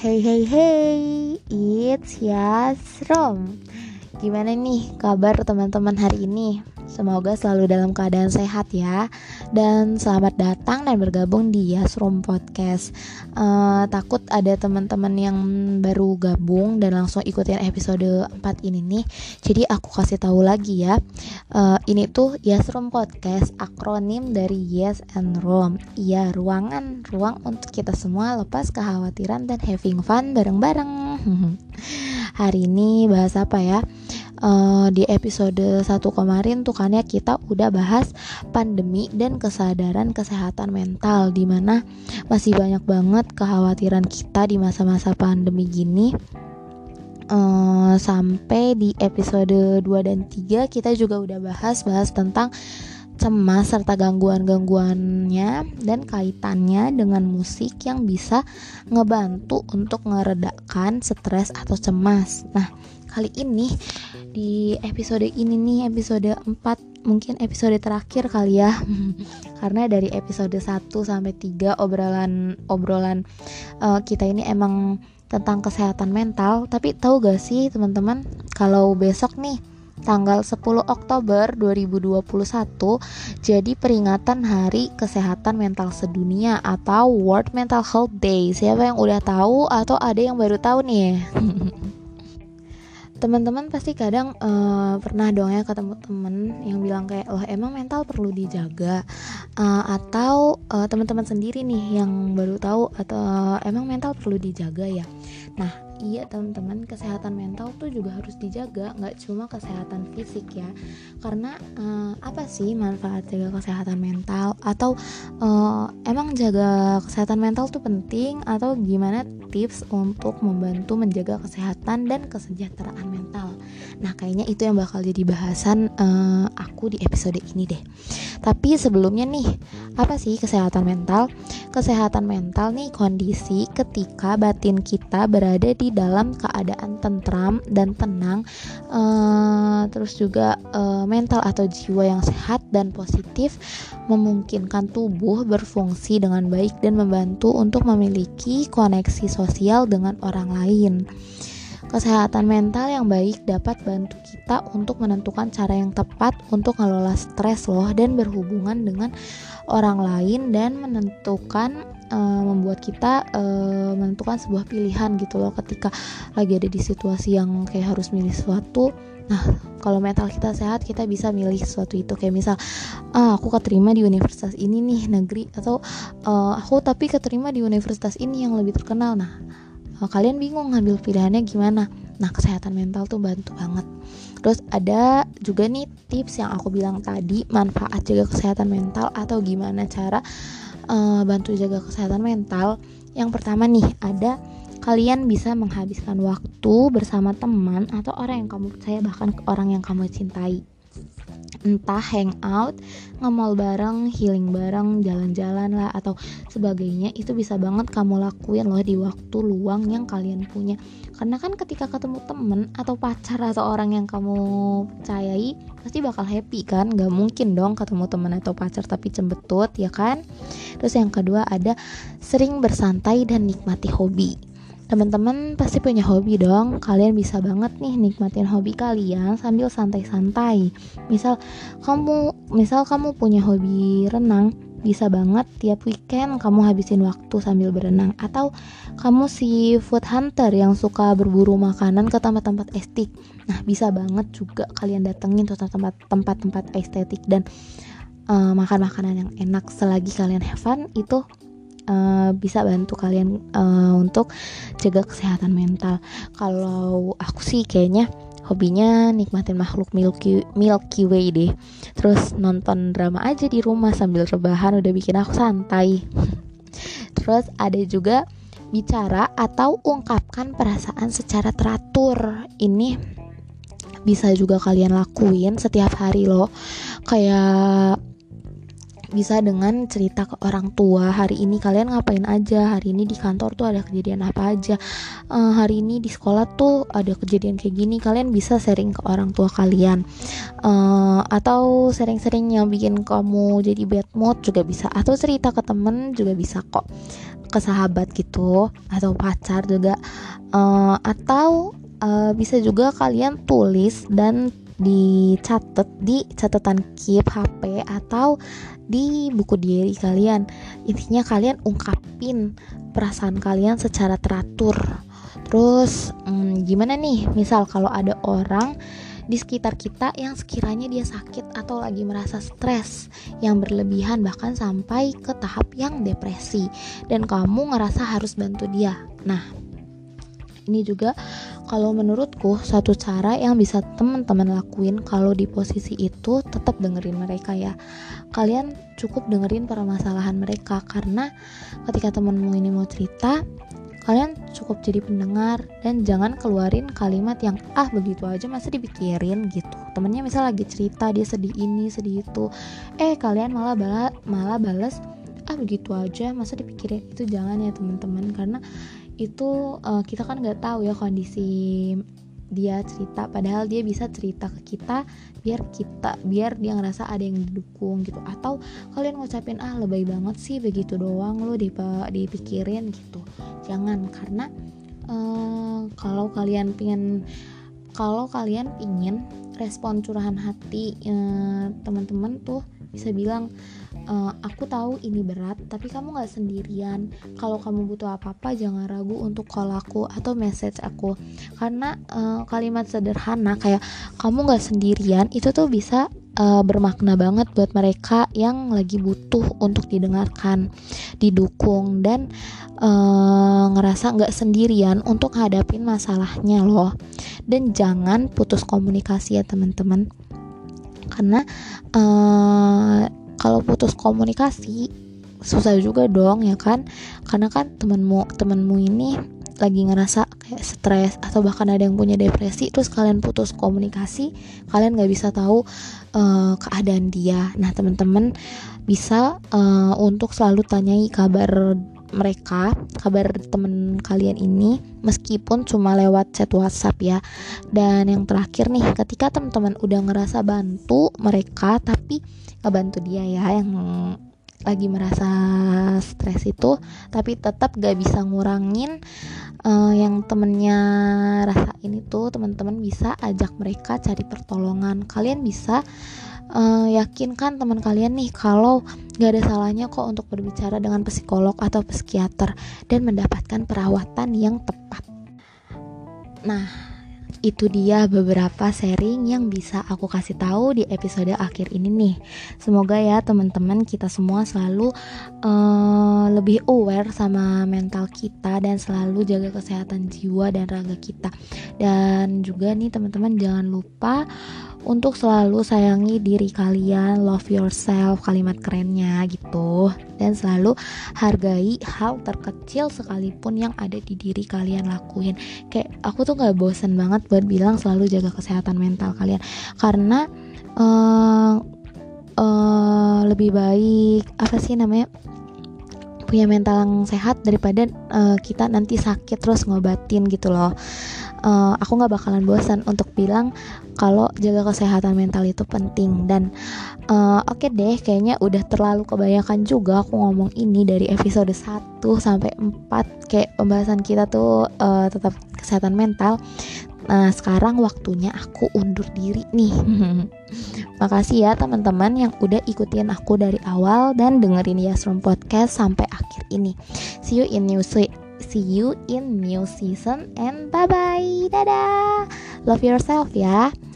Hey hey hey, it's Yasrom. Gimana nih kabar teman-teman hari ini? Semoga selalu dalam keadaan sehat ya. Dan selamat datang dan bergabung di Yasrom Podcast. Takut ada teman-teman yang baru gabung dan langsung ikutin episode 4 ini nih. Jadi aku kasih tahu lagi ya. Ini tuh Yasrom Podcast, akronim dari Yes and Rom. Iya, ruang untuk kita semua lepas kekhawatiran dan having fun bareng-bareng. Hari ini bahas apa ya? Di episode 1 kemarin tuh kan ya kita udah bahas pandemi dan kesadaran kesehatan mental, dimana masih banyak banget kekhawatiran kita di masa-masa pandemi gini. Sampai di episode 2 dan 3 kita juga udah bahas tentang cemas serta gangguan-gangguannya dan kaitannya dengan musik yang bisa ngebantu untuk ngeredakan stres atau cemas. Nah, kali ini di episode ini nih, episode 4, mungkin episode terakhir kali ya. Karena dari episode 1 sampai 3 obrolan kita ini emang tentang kesehatan mental. Tapi tahu gak sih teman-teman, kalau besok nih tanggal 10 Oktober 2021 jadi peringatan Hari Kesehatan Mental Sedunia atau World Mental Health Day. Siapa yang udah tahu atau ada yang baru tahu nih? Teman-teman pasti kadang pernah dong ya ketemu temen yang bilang kayak, loh emang mental perlu dijaga, atau teman-teman sendiri nih yang baru tahu atau emang mental perlu dijaga ya. Nah iya teman-teman, kesehatan mental tuh juga harus dijaga, nggak cuma kesehatan fisik ya. Karena apa sih manfaat jaga kesehatan mental, atau emang jaga kesehatan mental tuh penting, atau gimana tips untuk membantu menjaga kesehatan dan kesejahteraan mental. Nah kayaknya itu yang bakal jadi bahasan aku di episode ini deh. Tapi sebelumnya nih, apa sih kesehatan mental? Kesehatan mental nih kondisi ketika batin kita berada di dalam keadaan tentram dan tenang, terus juga mental atau jiwa yang sehat dan positif memungkinkan tubuh berfungsi dengan baik dan membantu untuk memiliki koneksi sosial dengan orang lain. Kesehatan mental yang baik dapat bantu kita untuk menentukan cara yang tepat untuk ngelola stres loh, dan berhubungan dengan orang lain, dan membuat kita menentukan sebuah pilihan gitu loh ketika lagi ada di situasi yang kayak harus milih sesuatu. Nah kalau mental kita sehat, kita bisa milih sesuatu itu. Kayak misal aku keterima di universitas ini nih negeri, atau aku tapi keterima di universitas ini yang lebih terkenal. Nah kalian bingung ngambil pilihannya gimana. Nah kesehatan mental tuh bantu banget. Terus ada juga nih tips yang aku bilang tadi, manfaat jaga kesehatan mental atau gimana cara bantu jaga kesehatan mental. Yang pertama nih, ada kalian bisa menghabiskan waktu bersama teman atau orang yang kamu percaya, bahkan orang yang kamu cintai. Entah hangout, nge-mall bareng, healing bareng, jalan-jalan lah atau sebagainya. Itu bisa banget kamu lakuin loh di waktu luang yang kalian punya. Karena kan ketika ketemu temen atau pacar atau orang yang kamu percayai, pasti bakal happy kan. Gak mungkin dong ketemu temen atau pacar tapi cembetut, ya kan. Terus yang kedua ada sering bersantai dan nikmati hobi. Teman-teman pasti punya hobi dong. Kalian bisa banget nih nikmatin hobi kalian sambil santai-santai. Misal kamu punya hobi renang, bisa banget tiap weekend kamu habisin waktu sambil berenang. Atau kamu si food hunter yang suka berburu makanan ke tempat-tempat estetik. Nah bisa banget juga kalian datengin tuh tempat-tempat estetik dan makan makanan yang enak. Selagi kalian have fun, itu bisa bantu kalian untuk jaga kesehatan mental. Kalau aku sih kayaknya hobinya nikmatin makhluk Milky Way deh. Terus nonton drama aja di rumah sambil rebahan, udah bikin aku santai. Terus ada juga bicara atau ungkapkan perasaan secara teratur. Ini bisa juga kalian lakuin setiap hari loh. Kayak bisa dengan cerita ke orang tua, hari ini kalian ngapain aja, hari ini di kantor tuh ada kejadian apa aja, hari ini di sekolah tuh ada kejadian kayak gini. Kalian bisa sharing ke orang tua kalian, atau sering-sering yang bikin kamu jadi bad mood juga bisa, atau cerita ke temen juga bisa kok, ke sahabat gitu, atau pacar juga, atau bisa juga kalian tulis dan dicatat di catatan keep HP atau di buku diary kalian. Intinya kalian ungkapin perasaan kalian secara teratur. Terus gimana nih, misal kalau ada orang di sekitar kita yang sekiranya dia sakit atau lagi merasa stres yang berlebihan, bahkan sampai ke tahap yang depresi, dan kamu ngerasa harus bantu dia. Nah, ini juga kalau menurutku satu cara yang bisa teman-teman lakuin kalau di posisi itu, tetap dengerin mereka ya. Kalian cukup dengerin permasalahan mereka, karena ketika temanmu ini mau cerita, kalian cukup jadi pendengar dan jangan keluarin kalimat yang begitu aja masa dipikirin gitu. Temennya misal lagi cerita dia sedih ini sedih itu, kalian malah balas begitu aja masa dipikirin. Itu jangan ya teman-teman, karena itu kita kan nggak tahu ya kondisi dia cerita, padahal dia bisa cerita ke kita biar dia ngerasa ada yang didukung gitu. Atau kalian ngucapin lebay banget sih begitu doang lo dipikirin gitu. Jangan, karena kalau kalian pingin respon curahan hati teman-teman tuh bisa bilang, aku tahu ini berat, tapi kamu gak sendirian. Kalau kamu butuh apa-apa, jangan ragu untuk call aku atau message aku. Karena kalimat sederhana kayak kamu gak sendirian itu tuh bisa bermakna banget buat mereka yang lagi butuh untuk didengarkan, didukung, dan ngerasa gak sendirian untuk hadapin masalahnya loh. Dan jangan putus komunikasi ya teman-teman, karena kalau putus komunikasi susah juga dong ya kan, karena kan temenmu ini lagi ngerasa kayak stres atau bahkan ada yang punya depresi, terus kalian putus komunikasi, kalian nggak bisa tahu keadaan dia. Nah teman-teman bisa untuk selalu tanyai kabar mereka, kabar temen kalian ini, meskipun cuma lewat chat WhatsApp ya. Dan yang terakhir nih, ketika teman-teman udah ngerasa bantu mereka tapi gak bantu dia ya, yang lagi merasa stres itu, tapi tetap gak bisa ngurangin yang temennya rasain itu, teman-teman bisa ajak mereka cari pertolongan. Kalian bisa yakinkan teman kalian nih kalau gak ada salahnya kok untuk berbicara dengan psikolog atau psikiater dan mendapatkan perawatan yang tepat. Nah, itu dia beberapa sharing yang bisa aku kasih tahu di episode akhir ini nih. Semoga ya teman-teman kita semua selalu lebih aware sama mental kita dan selalu jaga kesehatan jiwa dan raga kita. Dan juga nih teman-teman jangan lupa untuk selalu sayangi diri kalian, love yourself, kalimat kerennya gitu. Dan selalu hargai hal terkecil sekalipun yang ada di diri kalian lakuin. Kayak aku tuh gak bosan banget buat bilang selalu jaga kesehatan mental kalian, karena lebih baik punya mental yang sehat daripada kita nanti sakit terus ngobatin gitu loh. Aku gak bakalan bosan untuk bilang kalau jaga kesehatan mental itu penting. Dan oke deh, kayaknya udah terlalu kebanyakan juga aku ngomong ini dari episode 1 sampai 4. Kayak pembahasan kita tuh tetap kesehatan mental. Nah sekarang waktunya aku undur diri nih. Makasih ya teman-teman yang udah ikutin aku dari awal dan dengerin Yasroom Podcast sampai akhir ini. See you in new season and bye bye, dadah, love yourself ya.